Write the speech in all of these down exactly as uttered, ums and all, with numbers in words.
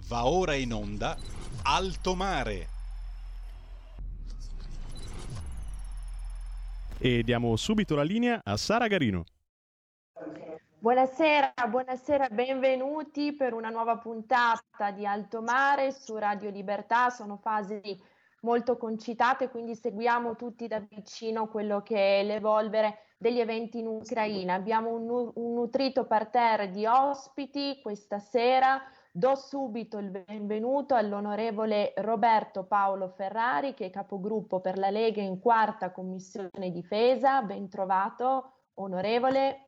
Va ora in onda Alto Mare. E diamo subito la linea a Sara Garino. Buonasera, buonasera, benvenuti per una nuova puntata di Alto Mare su Radio Libertà. Sono fasi molto concitate, quindi seguiamo tutti da vicino quello che è l'evolvere degli eventi in Ucraina. Abbiamo un, un nutrito parterre di ospiti questa sera. Do subito il benvenuto all'onorevole Roberto Paolo Ferrari, che è capogruppo per la Lega in quarta Commissione Difesa. Ben trovato, onorevole.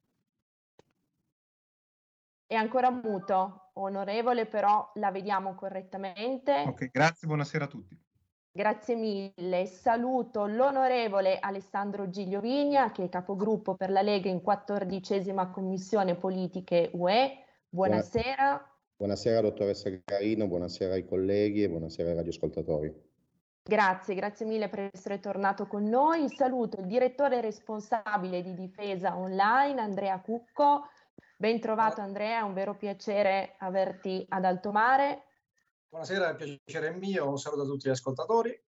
È ancora muto, onorevole, però la vediamo correttamente. Ok, grazie, buonasera a tutti. Grazie mille. Saluto l'onorevole Alessandro Gigliovigna, che è capogruppo per la Lega in quattordicesima Commissione Politiche U E. Buonasera. Buonasera dottoressa Garino, buonasera ai colleghi e buonasera ai radioascoltatori. Grazie, grazie mille per essere tornato con noi. Saluto il direttore responsabile di Difesa Online, Andrea Cucco. Ben trovato Andrea, è un vero piacere averti ad Alto Mare. Buonasera, il piacere è mio, un saluto a tutti gli ascoltatori.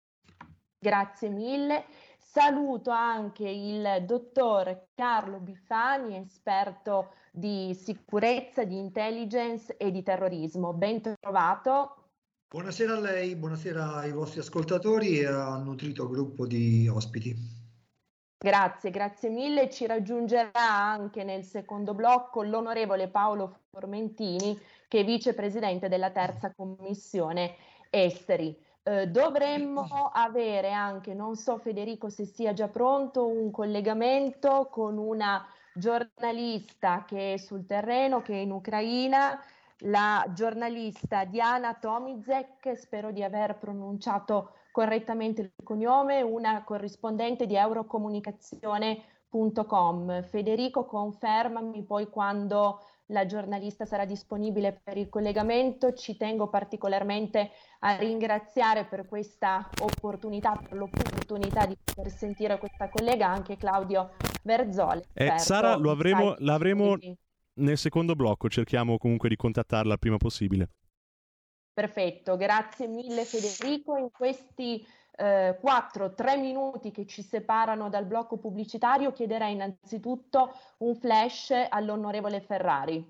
Grazie mille. Saluto anche il dottor Carlo Bifani, esperto di sicurezza, di intelligence e di terrorismo. Ben trovato. Buonasera a lei, buonasera ai vostri ascoltatori e al nutrito gruppo di ospiti. Grazie, grazie mille. Ci raggiungerà anche nel secondo blocco l'onorevole Paolo Formentini, che è vicepresidente della terza commissione esteri. Eh, dovremmo avere anche, non so Federico se sia già pronto, un collegamento con una giornalista che è sul terreno, che è in Ucraina, la giornalista Diana Tomizek, spero di aver pronunciato correttamente il cognome, una corrispondente di eurocomunicazione punto com. Federico, confermami poi quando la giornalista sarà disponibile per il collegamento. Ci tengo particolarmente a ringraziare per questa opportunità, per l'opportunità di poter sentire questa collega, anche Claudio Verzoli. Eh, Sara, lo avremo, l'avremo nel secondo blocco, cerchiamo comunque di contattarla il prima possibile. Perfetto, grazie mille Federico. In questi eh, quattro tre minuti che ci separano dal blocco pubblicitario chiederei innanzitutto un flash all'onorevole Ferrari.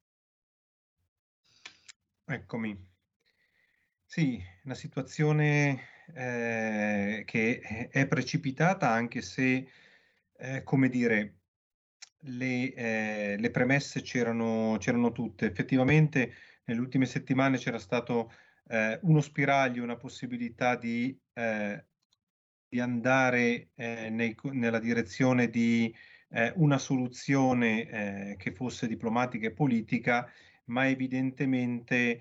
Eccomi. Sì, una situazione eh, che è precipitata, anche se, eh, come dire, le, eh, le premesse c'erano, c'erano tutte. Effettivamente nelle ultime settimane c'era stato eh, uno spiraglio, una possibilità di, eh, di andare eh, nei, nella direzione di eh, una soluzione eh, che fosse diplomatica e politica, ma evidentemente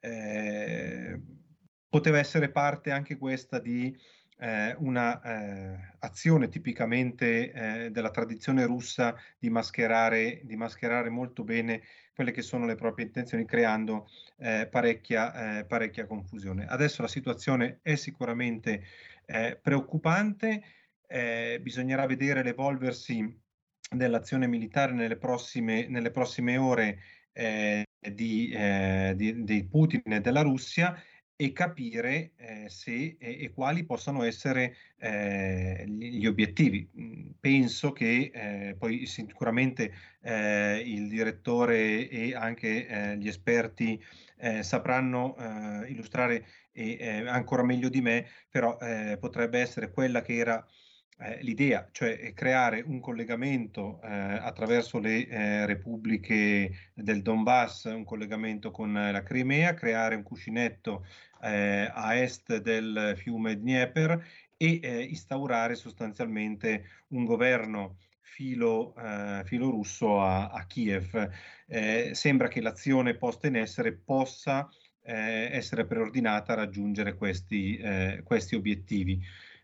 eh, poteva essere parte anche questa di eh, una eh, azione tipicamente eh, della tradizione russa di mascherare, di mascherare molto bene quelle che sono le proprie intenzioni, creando eh, parecchia, eh, parecchia confusione. Adesso la situazione è sicuramente eh, preoccupante, eh, bisognerà vedere l'evolversi dell'azione militare nelle prossime, nelle prossime ore eh, di, eh, di, di Putin e della Russia, e capire eh, se e, e quali possano essere eh, gli, gli obiettivi. Penso che eh, poi sicuramente eh, il direttore e anche eh, gli esperti eh, sapranno eh, illustrare e, eh, ancora meglio di me, però eh, potrebbe essere quella che era Eh, l'idea, cioè creare un collegamento eh, attraverso le eh, repubbliche del Donbass, un collegamento con eh, la Crimea, creare un cuscinetto eh, a est del fiume Dnieper e eh, instaurare sostanzialmente un governo filo, eh, filo russo a, a Kiev. Eh, sembra che l'azione posta in essere possa eh, essere preordinata a raggiungere questi, eh, questi obiettivi.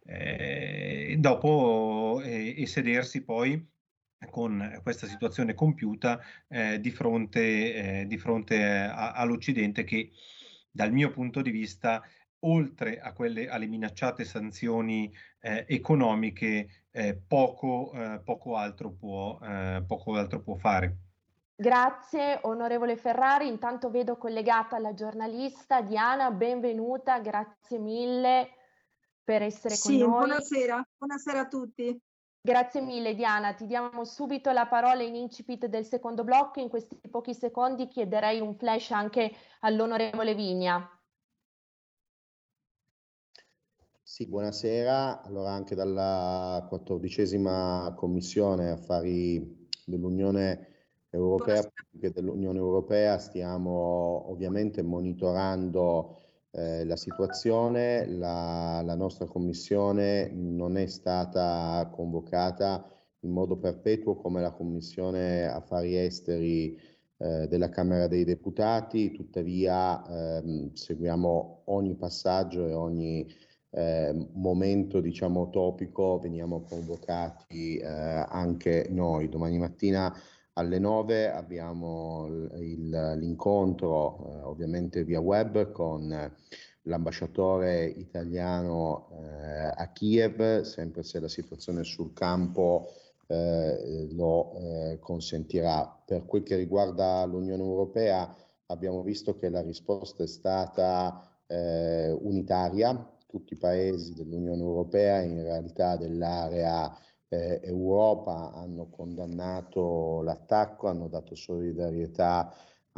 Eh, dopo eh, e sedersi poi con questa situazione compiuta eh, di fronte, eh, di fronte a, all'Occidente, che dal mio punto di vista, oltre a quelle, alle minacciate sanzioni eh, economiche, eh, poco, eh, poco altro può, eh, poco altro può fare. Grazie onorevole Ferrari, intanto vedo collegata la giornalista Diana, benvenuta, grazie mille per essere Sì, con noi. buonasera, buonasera a tutti. Grazie mille Diana, ti diamo subito la parola in incipit del secondo blocco, in questi pochi secondi chiederei un flash anche all'onorevole Vigna. Sì, buonasera. Allora anche dalla quattordicesima Commissione Affari dell'Unione Europea, dell'Unione Europea stiamo ovviamente monitorando eh, la situazione. La, la nostra Commissione non è stata convocata in modo perpetuo come la Commissione Affari Esteri eh, della Camera dei Deputati, tuttavia ehm, seguiamo ogni passaggio e ogni Eh, momento diciamo topico, veniamo convocati eh, anche noi. Domani mattina alle nove abbiamo il, l'incontro eh, ovviamente via web con l'ambasciatore italiano eh, a Kiev, sempre se la situazione sul campo eh, lo eh, consentirà. Per quel che riguarda l'Unione Europea abbiamo visto che la risposta è stata eh, unitaria. Tutti i paesi dell'Unione Europea, in realtà dell'area eh, Europa, hanno condannato l'attacco, hanno dato solidarietà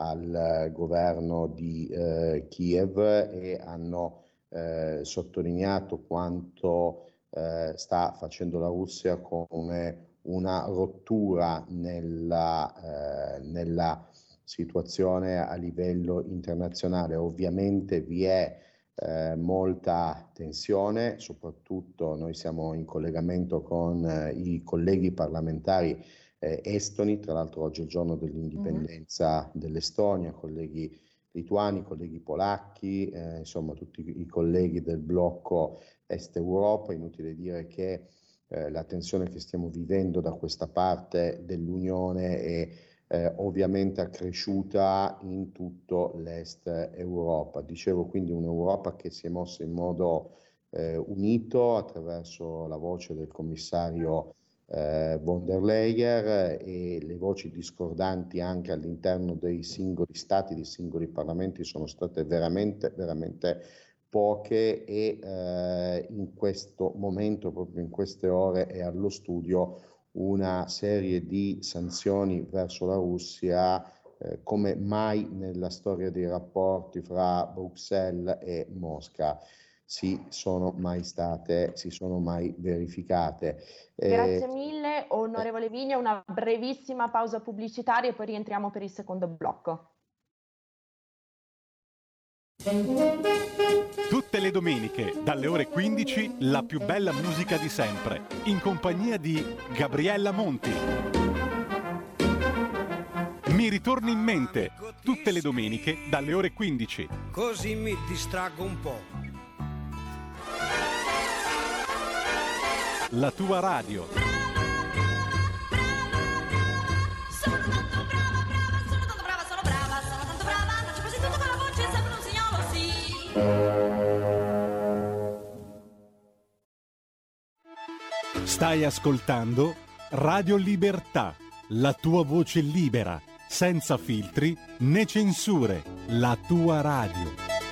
al governo di eh, Kiev e hanno eh, sottolineato quanto eh, sta facendo la Russia come una rottura nella, eh, nella situazione a livello internazionale. Ovviamente vi è Eh, molta tensione, soprattutto noi siamo in collegamento con eh, i colleghi parlamentari eh, estoni, tra l'altro oggi è il giorno dell'indipendenza mm. dell'Estonia, colleghi lituani, colleghi polacchi, eh, insomma tutti i colleghi del blocco Est Europa. Inutile dire che eh, la tensione che stiamo vivendo da questa parte dell'Unione è Eh, ovviamente accresciuta in tutto l'est Europa. Dicevo quindi un'Europa che si è mossa in modo eh, unito attraverso la voce del commissario eh, von der Leyen e le voci discordanti anche all'interno dei singoli stati, dei singoli parlamenti sono state veramente, veramente poche e eh, in questo momento, proprio in queste ore, è allo studio una serie di sanzioni verso la Russia eh, come mai nella storia dei rapporti fra Bruxelles e Mosca si sono mai state, si sono mai verificate. Grazie eh, mille onorevole Vigna, una brevissima pausa pubblicitaria e poi rientriamo per il secondo blocco. Tutte le domeniche, dalle ore quindici, la più bella musica di sempre, in compagnia di Gabriella Monti. Mi ritorni in mente, tutte le domeniche, dalle ore quindici. Così mi distraggo un po'. La tua radio. Stai ascoltando Radio Libertà, la tua voce libera, senza filtri né censure, la tua radio.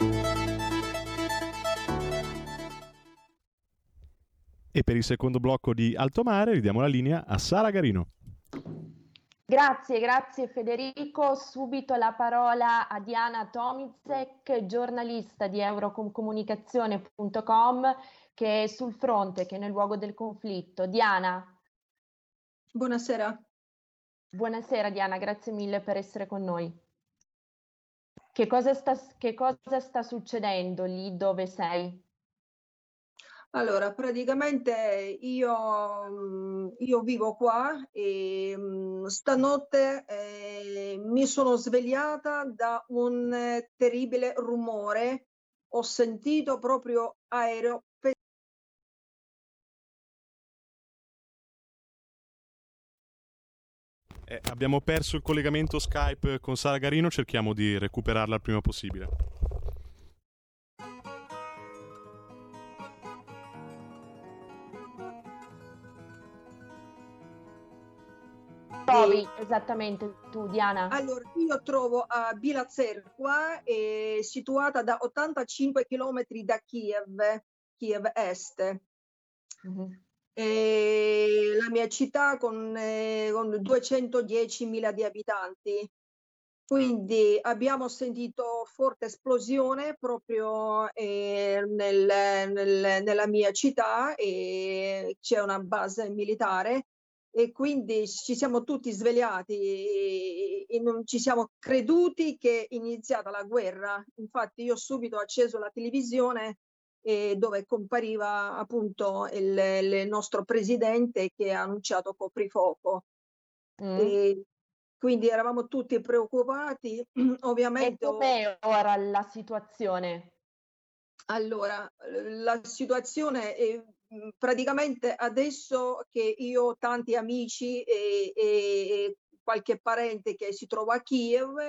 E per il secondo blocco di Alto Mare ridiamo la linea a Sara Garino. Grazie, grazie Federico. Subito la parola a Diana Tomizek, giornalista di Eurocomunicazione punto com, che è sul fronte, che è nel luogo del conflitto. Diana. Buonasera. Buonasera Diana, grazie mille per essere con noi. Che cosa sta, che cosa sta succedendo lì dove sei? Allora, praticamente io, io vivo qua e stanotte eh, mi sono svegliata da un eh, terribile rumore. Ho sentito proprio aereo. Eh, abbiamo perso il collegamento Skype con Sara Garino, cerchiamo di recuperarla il prima possibile. trovi esattamente tu, Diana? Allora, io trovo a Bila Tserkva, eh, situata da ottantacinque chilometri da Kiev, Kiev Est. Mm-hmm. E la mia città con, eh, con duecentodiecimila di abitanti. Quindi abbiamo sentito forte esplosione proprio eh, nel, nel, nella mia città, e c'è una base militare, e quindi ci siamo tutti svegliati e, e non ci siamo creduti che è iniziata la guerra. Infatti io subito ho acceso la televisione eh, dove compariva appunto il, il nostro presidente che ha annunciato coprifuoco. Mm. E, quindi eravamo tutti preoccupati, ovviamente. E com'è ora la situazione? Allora, la situazione è praticamente adesso che io ho tanti amici e, e qualche parente che si trova a Kiev,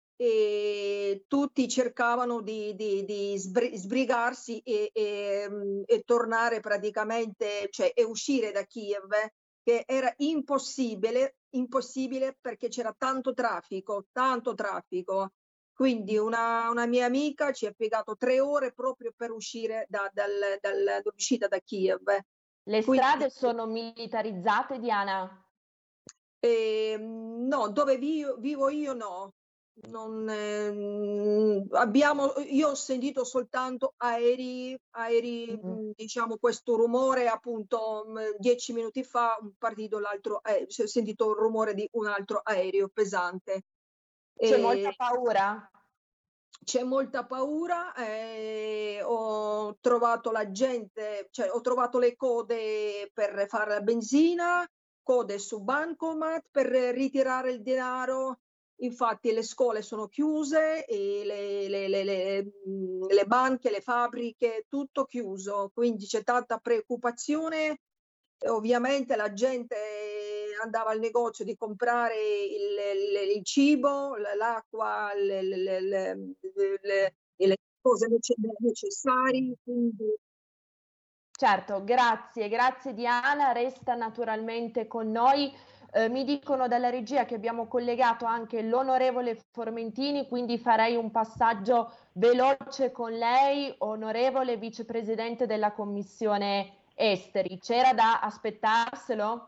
e tutti cercavano di, di, di sbrigarsi e, e, e tornare praticamente, cioè e uscire da Kiev, che era impossibile, impossibile perché c'era tanto traffico, tanto traffico. Quindi una, una mia amica ci ha piegato tre ore proprio per uscire da, dal, dal, dall'uscita da Kiev. Le Quindi, strade sono militarizzate, Diana? Eh, no, dove vivo, vivo io no. Non, eh, abbiamo, io ho sentito soltanto aerei, aerei mm-hmm. diciamo questo rumore appunto dieci minuti fa, un partito l'altro, eh, ho sentito il rumore di un altro aereo pesante. C'è e... molta paura? C'è molta paura, eh, ho trovato la gente, cioè ho trovato le code per fare la benzina, code su bancomat per ritirare il denaro. Infatti le scuole sono chiuse, e le, le, le, le, le banche, le fabbriche, tutto chiuso, quindi c'è tanta preoccupazione. Ovviamente la gente andava al negozio di comprare il, il, il cibo, l'acqua, le, le, le, le, le cose necessarie. Quindi... Certo, grazie, grazie Diana, resta naturalmente con noi. Eh, mi dicono dalla regia che abbiamo collegato anche l'onorevole Formentini, quindi farei un passaggio veloce con lei, onorevole vicepresidente della Commissione Esteri. C'era da aspettarselo?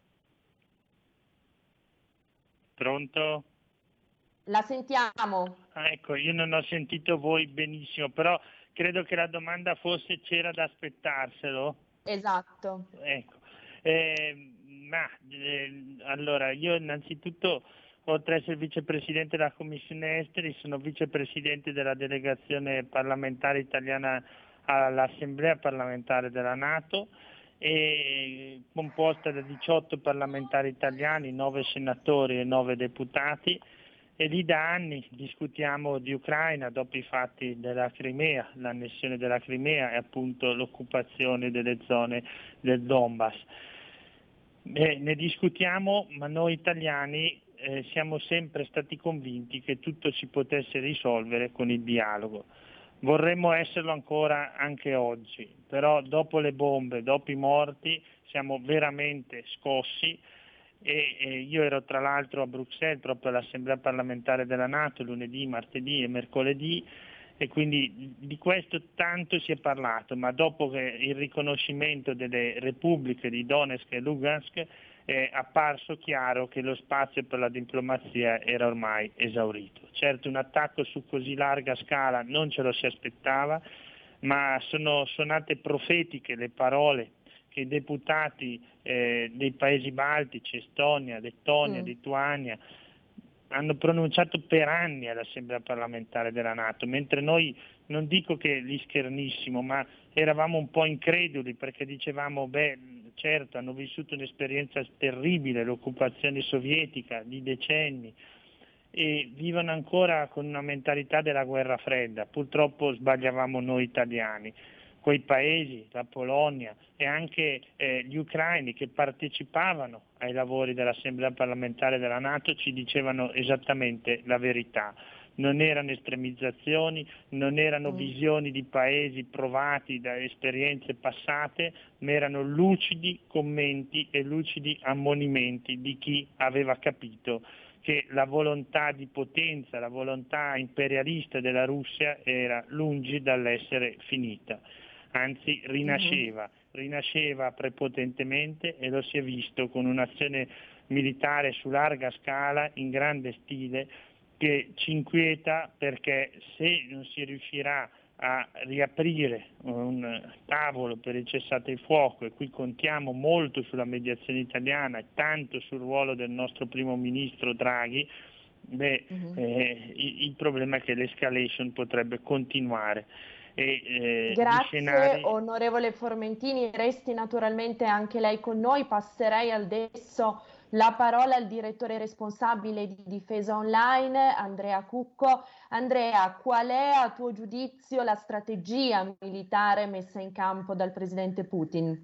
Pronto? La sentiamo. Ah, ecco, io non ho sentito voi benissimo, però credo che la domanda fosse c'era da aspettarselo. Esatto. Ecco. Eh, ma eh, allora, io innanzitutto, oltre ad essere vicepresidente della Commissione Esteri, sono vicepresidente della delegazione parlamentare italiana all'Assemblea parlamentare della NATO, e composta da diciotto parlamentari italiani, nove senatori e nove deputati, e lì da anni discutiamo di Ucraina dopo i fatti della Crimea, l'annessione della Crimea e appunto l'occupazione delle zone del Donbass. Eh, ne discutiamo, ma noi italiani eh, siamo sempre stati convinti che tutto si potesse risolvere con il dialogo. Vorremmo esserlo ancora anche oggi, però dopo le bombe, dopo i morti, siamo veramente scossi. E, e io ero tra l'altro a Bruxelles proprio all'Assemblea parlamentare della NATO lunedì, martedì e mercoledì, e quindi di questo tanto si è parlato, ma dopo che il riconoscimento delle repubbliche di Donetsk e Lugansk è apparso chiaro che lo spazio per la diplomazia era ormai esaurito. Certo, un attacco su così larga scala non ce lo si aspettava, ma sono suonate profetiche le parole che i deputati eh, dei paesi baltici, Estonia, Lettonia, mm. Lituania, hanno pronunciato per anni all'Assemblea parlamentare della NATO, mentre noi non dico che li schernissimo, ma eravamo un po' increduli perché dicevamo, beh, certo, hanno vissuto un'esperienza terribile, l'occupazione sovietica di decenni, e vivono ancora con una mentalità della guerra fredda. Purtroppo sbagliavamo noi italiani. Quei paesi, la Polonia e anche eh, gli ucraini che partecipavano ai lavori dell'Assemblea parlamentare della NATO ci dicevano esattamente la verità. non erano estremizzazioni, non erano Mm. visioni di paesi provati da esperienze passate, ma erano lucidi commenti e lucidi ammonimenti di chi aveva capito che la volontà di potenza, la volontà imperialista della Russia era lungi dall'essere finita, anzi rinasceva, rinasceva prepotentemente, e lo si è visto con un'azione militare su larga scala, in grande stile, che ci inquieta, perché se non si riuscirà a riaprire un tavolo per il cessate il fuoco, e qui contiamo molto sulla mediazione italiana e tanto sul ruolo del nostro primo ministro Draghi, beh, Mhm. eh, il, il problema è che l'escalation potrebbe continuare. E, eh, gli Grazie scenari... onorevole Formentini, resti naturalmente anche lei con noi. Passerei adesso la parola al direttore responsabile di Difesa Online, Andrea Cucco. Andrea, qual è a tuo giudizio la strategia militare messa in campo dal presidente Putin?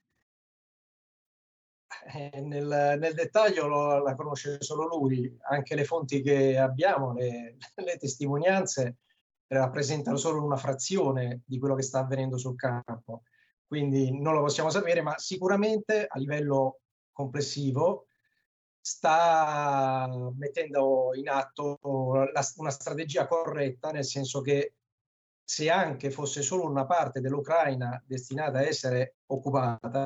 Eh, nel, nel dettaglio lo, la conosce solo lui, anche le fonti che abbiamo, le, le testimonianze rappresentano solo una frazione di quello che sta avvenendo sul campo, quindi non lo possiamo sapere, ma sicuramente a livello complessivo sta mettendo in atto la, una strategia corretta, nel senso che se anche fosse solo una parte dell'Ucraina destinata a essere occupata,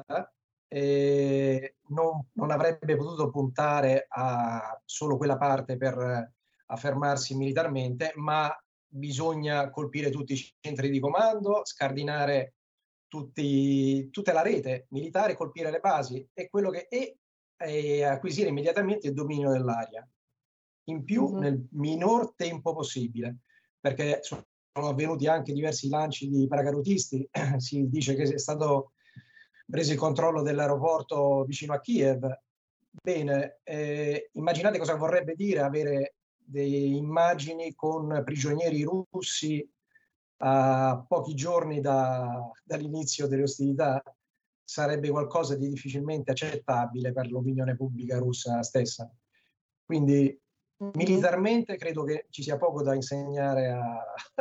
eh, non, non avrebbe potuto puntare a solo quella parte per affermarsi militarmente, ma bisogna colpire tutti i centri di comando, scardinare tutti, tutta la rete militare, colpire le basi e, quello che, e, e acquisire immediatamente il dominio dell'area, in più Mhm. nel minor tempo possibile, perché sono avvenuti anche diversi lanci di paracadutisti. Si dice che è stato preso il controllo dell'aeroporto vicino a Kiev. Bene, eh, immaginate cosa vorrebbe dire avere delle immagini con prigionieri russi a pochi giorni da, dall'inizio delle ostilità. Sarebbe qualcosa di difficilmente accettabile per l'opinione pubblica russa stessa. Quindi Mhm. militarmente credo che ci sia poco da insegnare a,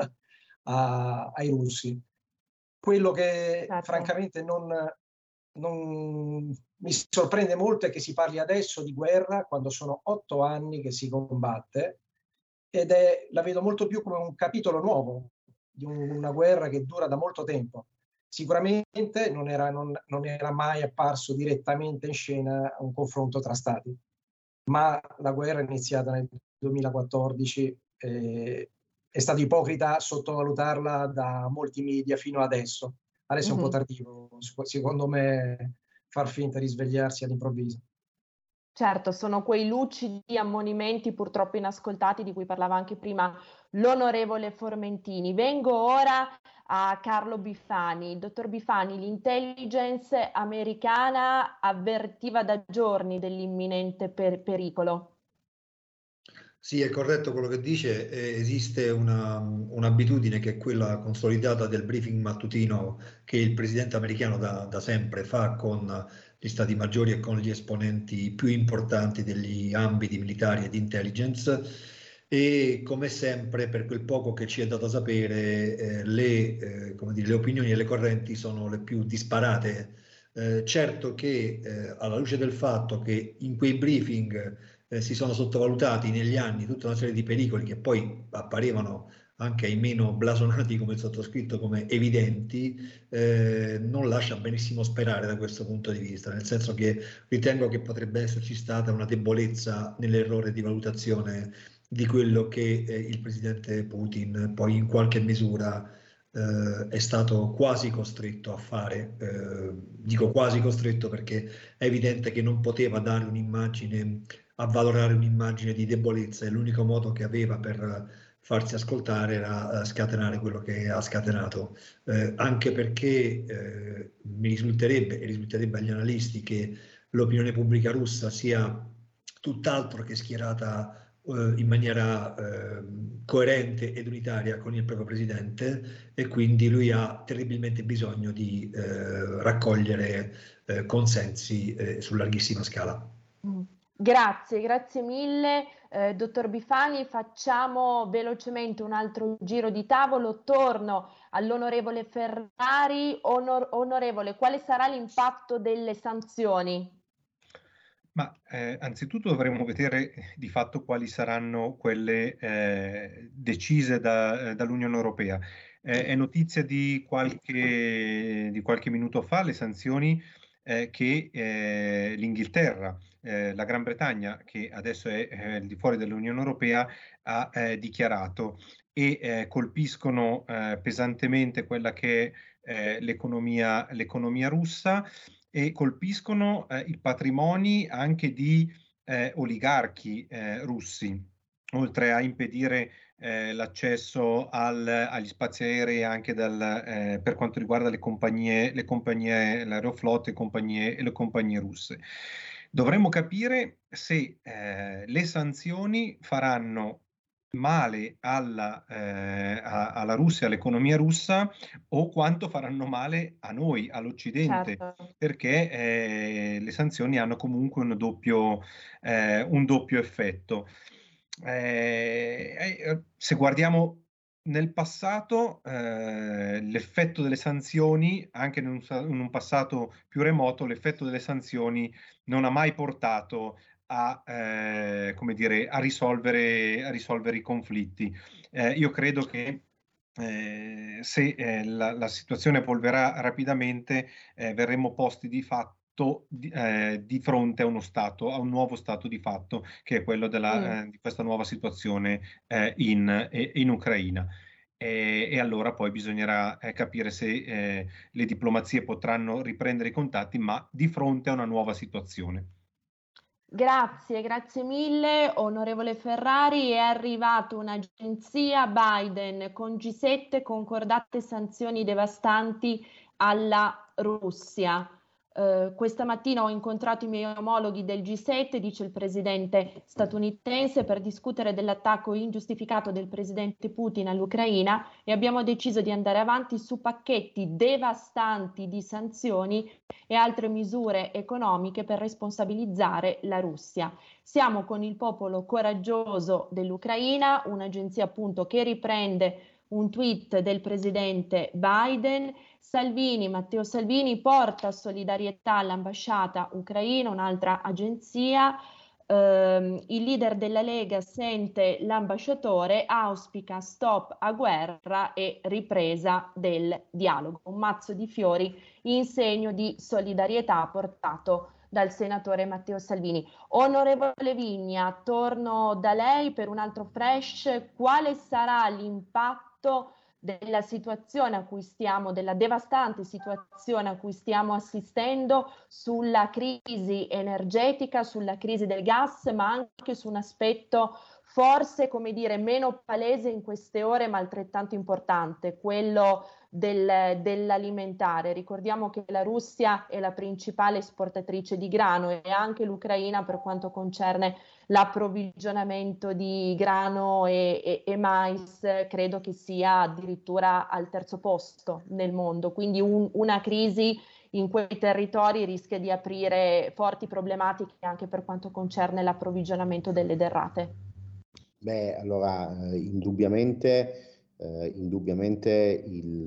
a, ai russi. Quello che Certo. francamente non, non mi sorprende molto è che si parli adesso di guerra quando sono otto anni che si combatte, ed è, la vedo molto più come un capitolo nuovo di un, una guerra che dura da molto tempo. Sicuramente non era, non, non era mai apparso direttamente in scena un confronto tra stati, ma la guerra è iniziata nel duemilaquattordici, eh, è stato ipocrita sottovalutarla da molti media fino adesso. Adesso è un po' Mhm. tardivo, secondo me, far finta di svegliarsi all'improvviso. Certo, sono quei lucidi ammonimenti purtroppo inascoltati di cui parlava anche prima l'onorevole Formentini. Vengo ora a Carlo Bifani. Dottor Bifani, l'intelligence americana avvertiva da giorni dell'imminente per- pericolo. Sì, è corretto quello che dice. Eh, esiste una, un'abitudine che è quella consolidata del briefing mattutino che il presidente americano da, da sempre fa con gli stati maggiori e con gli esponenti più importanti degli ambiti militari e di intelligence, e come sempre, per quel poco che ci è dato sapere, eh, le, eh, come dire, le opinioni e le correnti sono le più disparate. Eh, certo che eh, alla luce del fatto che in quei briefing eh, si sono sottovalutati negli anni tutta una serie di pericoli che poi apparivano anche ai meno blasonati come il sottoscritto come evidenti, eh, non lascia benissimo sperare da questo punto di vista, nel senso che ritengo che potrebbe esserci stata una debolezza nell'errore di valutazione di quello che eh, il presidente Putin poi in qualche misura eh, è stato quasi costretto a fare. Eh, dico quasi costretto perché è evidente che non poteva dare un'immagine, avvalorare un'immagine di debolezza, e l'unico modo che aveva per farsi ascoltare era scatenare quello che ha scatenato, eh, anche perché eh, mi risulterebbe e risulterebbe agli analisti che l'opinione pubblica russa sia tutt'altro che schierata eh, in maniera eh, coerente ed unitaria con il proprio presidente, e quindi lui ha terribilmente bisogno di eh, raccogliere eh, consensi eh, su larghissima scala. Grazie, grazie mille. Eh, dottor Bifani, facciamo velocemente un altro giro di tavolo. Torno all'onorevole Ferrari. Onor- onorevole, quale sarà l'impatto delle sanzioni? Ma eh, anzitutto dovremo vedere di fatto quali saranno quelle eh, decise da, dall'Unione Europea. Eh, è notizia di qualche, di qualche minuto fa le sanzioni eh, che eh, l'Inghilterra, eh, la Gran Bretagna, che adesso è eh, al di fuori dell'Unione Europea, ha eh, dichiarato e eh, colpiscono eh, pesantemente quella che è eh, l'economia, l'economia russa e colpiscono eh, i patrimoni anche di eh, oligarchi eh, russi, oltre a impedire eh, l'accesso al, agli spazi aerei anche dal, eh, per quanto riguarda le compagnie, le compagnie, l'aeroflotte e compagnie, le compagnie russe. Dovremmo capire se eh, le sanzioni faranno male alla, eh, a, alla Russia, all'economia russa, o quanto faranno male a noi, all'Occidente, Certo. perché eh, le sanzioni hanno comunque un doppio, eh, un doppio effetto. Eh, eh, se guardiamo nel passato, eh, l'effetto delle sanzioni, anche in un, in un passato più remoto, l'effetto delle sanzioni non ha mai portato a, eh, come dire, a risolvere, a risolvere i conflitti. Eh, io credo che eh, se eh, la, la situazione evolverà rapidamente, eh, verremo posti di fatto di, eh, di fronte a uno stato, a un nuovo stato di fatto, che è quello della, Mm. eh, di questa nuova situazione eh, in, in Ucraina. E, e allora poi bisognerà eh, capire se eh, le diplomazie potranno riprendere i contatti, ma di fronte a una nuova situazione. Grazie, grazie mille, onorevole Ferrari. È arrivata un'agenzia Biden con G sette concordate sanzioni devastanti alla Russia. Eh, questa mattina ho incontrato i miei omologhi del G sette, dice il presidente statunitense, per discutere dell'attacco ingiustificato del presidente Putin all'Ucraina e abbiamo deciso di andare avanti su pacchetti devastanti di sanzioni e altre misure economiche per responsabilizzare la Russia. Siamo con il popolo coraggioso dell'Ucraina, un'agenzia appunto che riprende un tweet del presidente Biden. Salvini, Matteo Salvini porta solidarietà all'ambasciata ucraina, un'altra agenzia. Uh, il leader della Lega sente l'ambasciatore, auspica stop a guerra e ripresa del dialogo. Un mazzo di fiori in segno di solidarietà portato dal senatore Matteo Salvini. Onorevole Vigna, torno da lei per un altro flash. Quale sarà l'impatto della situazione a cui stiamo, della devastante situazione a cui stiamo assistendo sulla crisi energetica, sulla crisi del gas, ma anche su un aspetto forse, come dire, meno palese in queste ore, ma altrettanto importante, quello del, dell'alimentare. Ricordiamo che la Russia è la principale esportatrice di grano e anche l'Ucraina per quanto concerne l'approvvigionamento di grano e, e, e mais, credo che sia addirittura al terzo posto nel mondo, quindi un, una crisi in quei territori rischia di aprire forti problematiche anche per quanto concerne l'approvvigionamento delle derrate. Beh, allora, eh, indubbiamente, eh, indubbiamente il,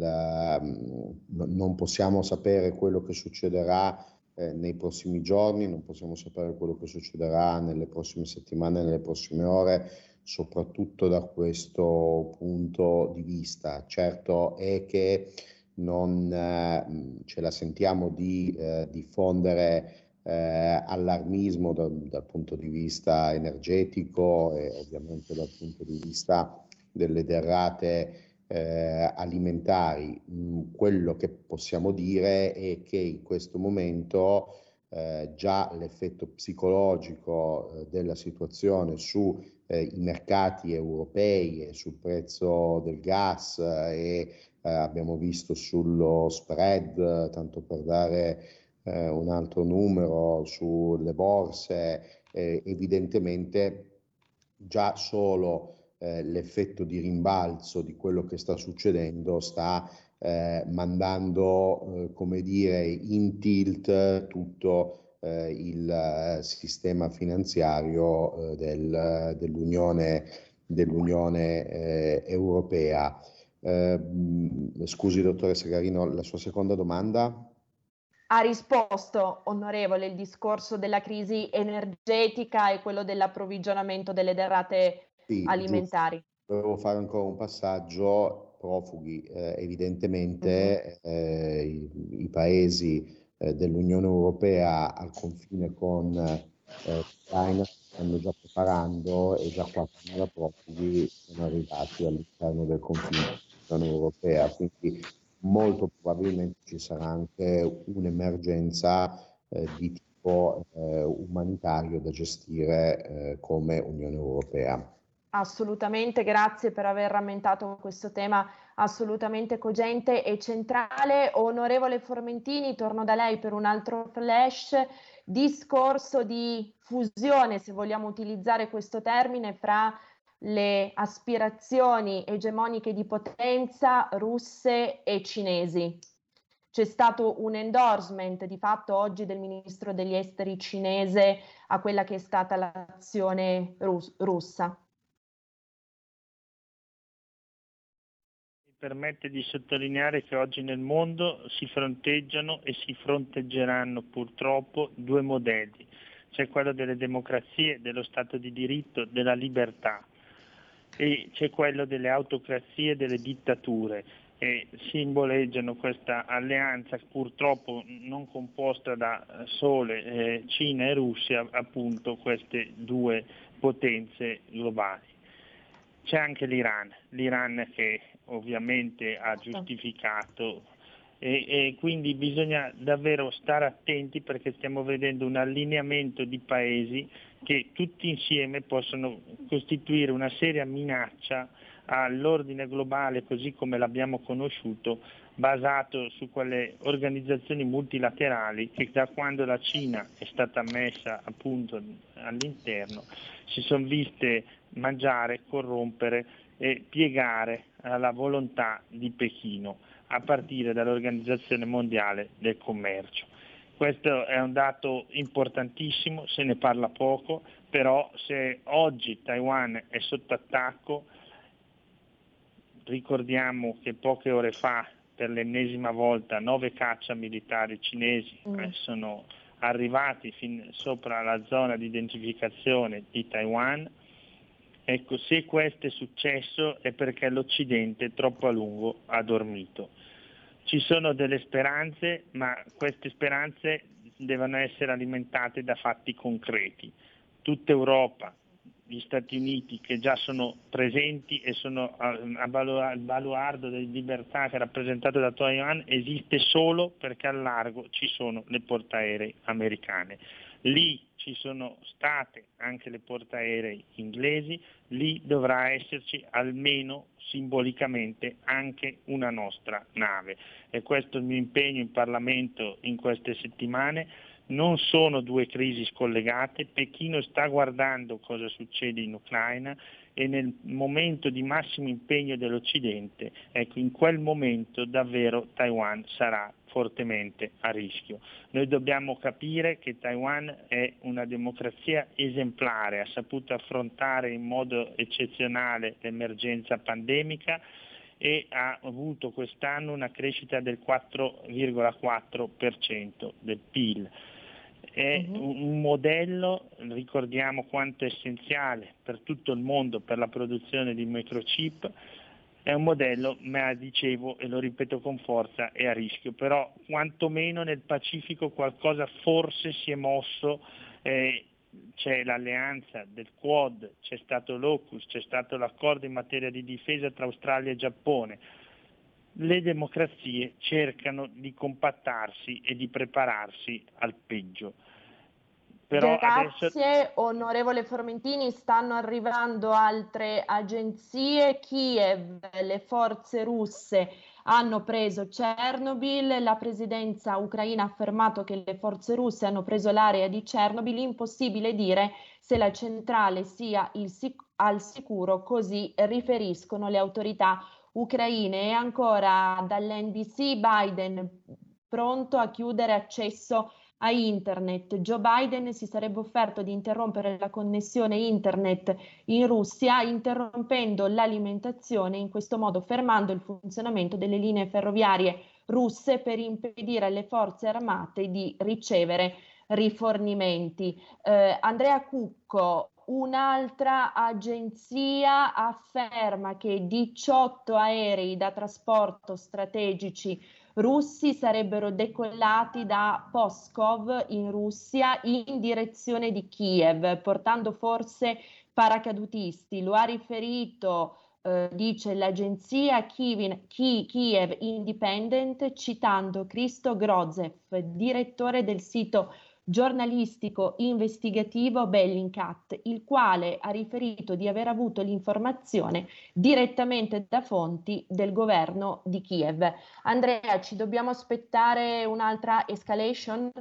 uh, non possiamo sapere quello che succederà eh, nei prossimi giorni, non possiamo sapere quello che succederà nelle prossime settimane, nelle prossime ore, soprattutto da questo punto di vista. Certo è che non eh, ce la sentiamo di eh, diffondere Eh, allarmismo da, dal punto di vista energetico e ovviamente dal punto di vista delle derrate eh, alimentari. Mm, quello che possiamo dire è che in questo momento eh, già l'effetto psicologico eh, della situazione su eh, i mercati europei e sul prezzo del gas eh, e eh, abbiamo visto sullo spread, tanto per dare Eh, un altro numero sulle borse, eh, evidentemente già solo eh, l'effetto di rimbalzo di quello che sta succedendo sta eh, mandando, eh, come dire, in tilt tutto eh, il eh, sistema finanziario eh, del, dell'Unione, dell'Unione eh, Europea. Eh, scusi, dottoressa Garino, la sua seconda domanda? Ha risposto, onorevole, il discorso della crisi energetica e quello dell'approvvigionamento delle derrate sì, alimentari. Giusto. Dovevo fare ancora un passaggio. Profughi, eh, evidentemente uh-huh. eh, i, i paesi eh, dell'Unione Europea al confine con eh, l'Ucraina stanno già preparando e già quattromila profughi sono arrivati all'interno del confine dell'Unione Europea, quindi molto probabilmente ci sarà anche un'emergenza eh, di tipo eh, umanitario da gestire eh, come Unione Europea. Assolutamente, grazie per aver rammentato questo tema assolutamente cogente e centrale. Onorevole Formentini, torno da lei per un altro flash. Discorso di fusione, se vogliamo utilizzare questo termine, fra le aspirazioni egemoniche di potenza russe e cinesi. C'è stato un endorsement di fatto oggi del ministro degli esteri cinese a quella che è stata l'azione rus- russa. Permette di sottolineare che oggi nel mondo si fronteggiano e si fronteggeranno purtroppo due modelli. C'è quello delle democrazie, dello Stato di diritto, della libertà, e c'è quello delle autocrazie e delle dittature. E simboleggiano questa alleanza purtroppo non composta da sole eh, Cina e Russia, appunto queste due potenze globali. C'è anche l'Iran, l'Iran che ovviamente ha giustificato e, e quindi bisogna davvero stare attenti perché stiamo vedendo un allineamento di paesi che tutti insieme possono costituire una seria minaccia all'ordine globale così come l'abbiamo conosciuto, basato su quelle organizzazioni multilaterali che da quando la Cina è stata messa appunto all'interno si sono viste mangiare, corrompere e piegare alla volontà di Pechino, a partire dall'Organizzazione Mondiale del Commercio. Questo è un dato importantissimo, se ne parla poco, però se oggi Taiwan è sotto attacco, ricordiamo che poche ore fa, per l'ennesima volta, nove caccia militari cinesi mm. eh, sono arrivati fin sopra la zona di identificazione di Taiwan. Ecco, se questo è successo è perché l'Occidente troppo a lungo ha dormito. Ci sono delle speranze, ma queste speranze devono essere alimentate da fatti concreti. Tutta Europa, gli Stati Uniti che già sono presenti e sono al baluardo della libertà che è rappresentato da Taiwan, esiste solo perché al largo ci sono le portaerei americane. Lì ci sono state anche le portaerei inglesi, lì dovrà esserci almeno simbolicamente anche una nostra nave. E questo è il mio impegno in Parlamento in queste settimane. Non sono due crisi scollegate, Pechino sta guardando cosa succede in Ucraina e nel momento di massimo impegno dell'Occidente, ecco, in quel momento davvero Taiwan sarà fortemente a rischio. Noi dobbiamo capire che Taiwan è una democrazia esemplare, ha saputo affrontare in modo eccezionale l'emergenza pandemica e ha avuto quest'anno una crescita del quattro virgola quattro per cento del P I L. È uh-huh. un modello, ricordiamo quanto è essenziale per tutto il mondo per la produzione di microchip, è un modello, ma dicevo e lo ripeto con forza, è a rischio, però quantomeno nel Pacifico qualcosa forse si è mosso, eh, c'è l'alleanza del Quad, c'è stato l'AUKUS, c'è stato l'accordo in materia di difesa tra Australia e Giappone. Le democrazie cercano di compattarsi e di prepararsi al peggio. Però Grazie, adesso... onorevole Formentini. Stanno arrivando altre agenzie. Kiev, le forze russe hanno preso Chernobyl, la presidenza ucraina ha affermato che le forze russe hanno preso l'area di Chernobyl, impossibile dire se la centrale sia il sic- al sicuro, così riferiscono le autorità ucraine. E ancora dall'N B C, Biden pronto a chiudere accesso a internet. Joe Biden si sarebbe offerto di interrompere la connessione internet in Russia, interrompendo l'alimentazione, in questo modo fermando il funzionamento delle linee ferroviarie russe per impedire alle forze armate di ricevere rifornimenti. Eh, Andrea Cucco, un'altra agenzia afferma che diciotto aerei da trasporto strategici russi sarebbero decollati da Pskov in Russia in direzione di Kiev, portando forse paracadutisti. Lo ha riferito, eh, dice l'agenzia Kiev, Kiev Independent, citando Christo Grozev, direttore del sito giornalistico investigativo Bellingcat, il quale ha riferito di aver avuto l'informazione direttamente da fonti del governo di Kiev. Andrea, ci dobbiamo aspettare un'altra escalation?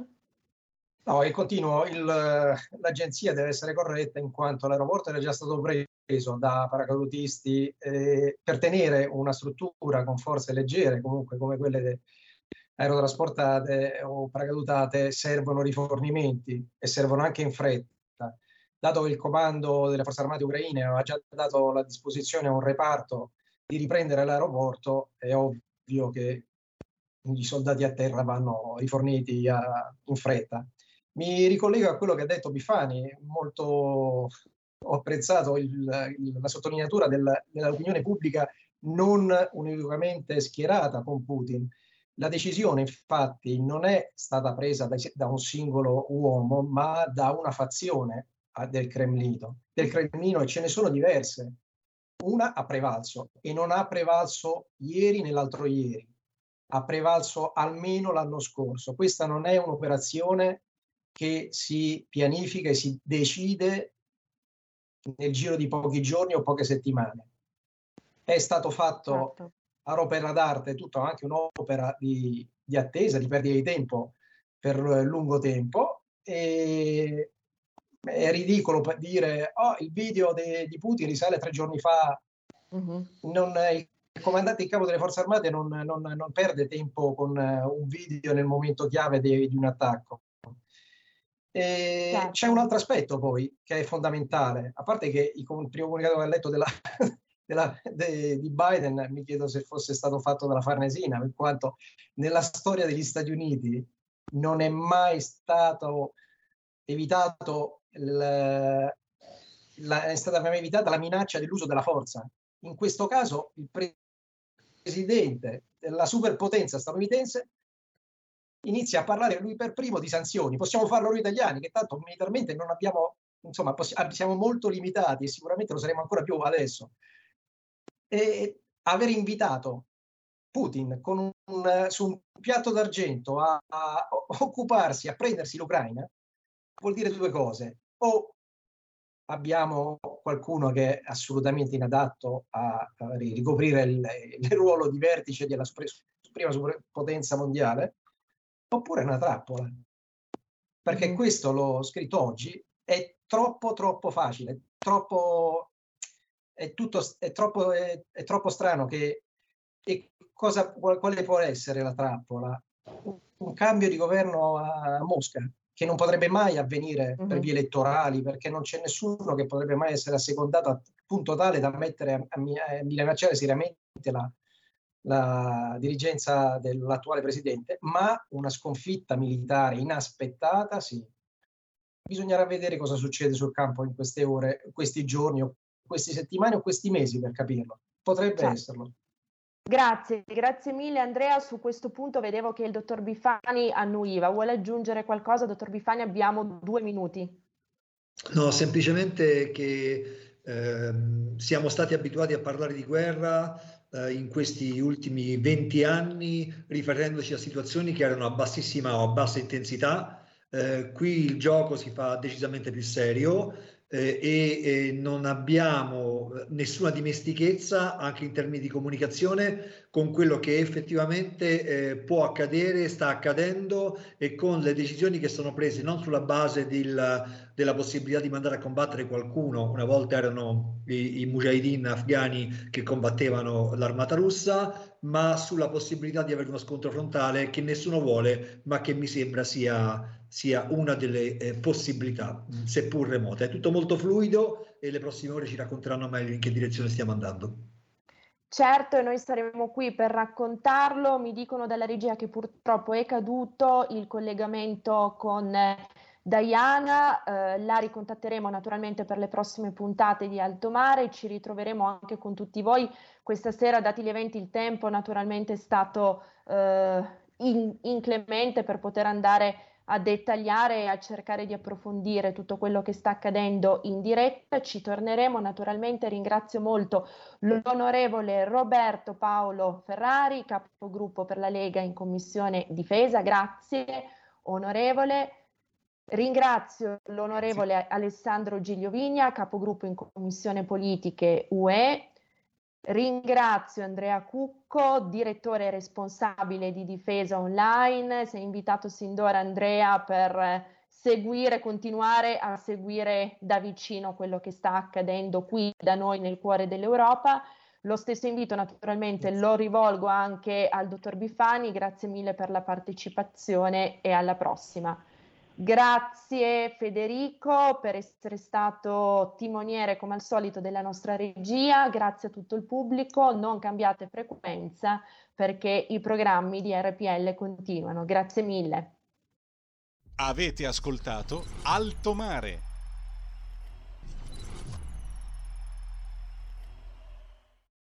No, e continuo, il, l'agenzia deve essere corretta in quanto l'aeroporto era già stato preso da paracadutisti eh, per tenere una struttura con forze leggere, comunque come quelle de, aerotrasportate o paracadutate, servono rifornimenti e servono anche in fretta. Dato che il comando delle forze armate ucraine aveva già dato la disposizione a un reparto di riprendere l'aeroporto, è ovvio che i soldati a terra vanno riforniti a, in fretta. Mi ricollego a quello che ha detto Bifani, molto ho apprezzato il, il, la sottolineatura del, dell'opinione pubblica non unicamente schierata con Putin. La decisione infatti non è stata presa da, da un singolo uomo, ma da una fazione del Cremlino, del Cremlino, e ce ne sono diverse. Una ha prevalso e non ha prevalso ieri né l'altro ieri, ha prevalso almeno l'anno scorso. Questa non è un'operazione che si pianifica e si decide nel giro di pochi giorni o poche settimane. È stato fatto certo. a opera d'arte, tutto anche un'opera di, di attesa, di perdita di tempo per lungo tempo, e è ridicolo dire oh, il video de, di Putin risale tre giorni fa. Uh-huh. Non, il comandante in capo delle forze armate non, non, non perde tempo con un video nel momento chiave di, di un attacco. E certo. C'è un altro aspetto poi che è fondamentale, a parte che il primo comunicato che ho letto della, della, de, di Biden, mi chiedo se fosse stato fatto dalla Farnesina, per quanto nella storia degli Stati Uniti non è mai stato evitato il, la, è stata mai evitata la minaccia dell'uso della forza. In questo caso il presidente della superpotenza statunitense inizia a parlare lui per primo di sanzioni. Possiamo farlo noi italiani, che tanto militarmente non abbiamo, insomma, siamo molto limitati e sicuramente lo saremo ancora più adesso. E aver invitato Putin con un, un, su un piatto d'argento a, a occuparsi, a prendersi l'Ucraina, vuol dire due cose. O abbiamo qualcuno che è assolutamente inadatto a, a ricoprire il, il ruolo di vertice della super, prima superpotenza mondiale, oppure è una trappola, perché mm. questo l'ho scritto oggi, è troppo troppo facile, troppo è tutto è troppo è, è troppo strano che e cosa quale può essere la trappola? Un cambio di governo a Mosca che non potrebbe mai avvenire mm-hmm. per vie elettorali, perché non c'è nessuno che potrebbe mai essere assecondato a punto tale da mettere a, a, a minacciare seriamente la la dirigenza dell'attuale presidente, ma una sconfitta militare inaspettata, sì. Bisognerà vedere cosa succede sul campo in queste ore, questi giorni, o queste settimane o questi mesi per capirlo. Potrebbe certo. esserlo. Grazie, grazie mille Andrea. Su questo punto vedevo che il dottor Bifani annuiva. Vuole aggiungere qualcosa, dottor Bifani? Abbiamo due minuti. No, semplicemente che eh, siamo stati abituati a parlare di guerra in questi ultimi venti anni, riferendoci a situazioni che erano a bassissima o a bassa intensità. Eh, qui il gioco si fa decisamente più serio eh, e, e non abbiamo nessuna dimestichezza anche in termini di comunicazione con quello che effettivamente eh, può accadere, sta accadendo, e con le decisioni che sono prese non sulla base del, della possibilità di mandare a combattere qualcuno. Una volta erano i, i mujahideen afghani che combattevano l'armata russa, ma sulla possibilità di avere uno scontro frontale che nessuno vuole, ma che mi sembra sia, sia una delle eh, possibilità, seppur remota. È tutto molto fluido e le prossime ore ci racconteranno meglio in che direzione stiamo andando. Certo, e noi saremo qui per raccontarlo. Mi dicono dalla regia che purtroppo è caduto il collegamento con Diana, eh, la ricontatteremo naturalmente per le prossime puntate di Alto Mare, ci ritroveremo anche con tutti voi. Questa sera, dati gli eventi, il tempo naturalmente è stato eh, in, inclemente per poter andare a dettagliare e a cercare di approfondire tutto quello che sta accadendo in diretta. Ci torneremo naturalmente. Ringrazio molto l'onorevole Roberto Paolo Ferrari, capogruppo per la Lega in Commissione Difesa. Grazie onorevole. Ringrazio l'onorevole Grazie. Alessandro Gigliovigna, capogruppo in Commissione Politiche U E. Ringrazio Andrea Cucco, direttore responsabile di Difesa Online. Sei invitato sin d'ora, Andrea, per seguire, continuare a seguire da vicino quello che sta accadendo qui da noi nel cuore dell'Europa. Lo stesso invito naturalmente Grazie. Lo rivolgo anche al dottor Bifani. Grazie mille per la partecipazione e alla prossima. Grazie Federico per essere stato timoniere come al solito della nostra regia, grazie a tutto il pubblico, non cambiate frequenza perché i programmi di R P L continuano. Grazie mille. Avete ascoltato Alto Mare.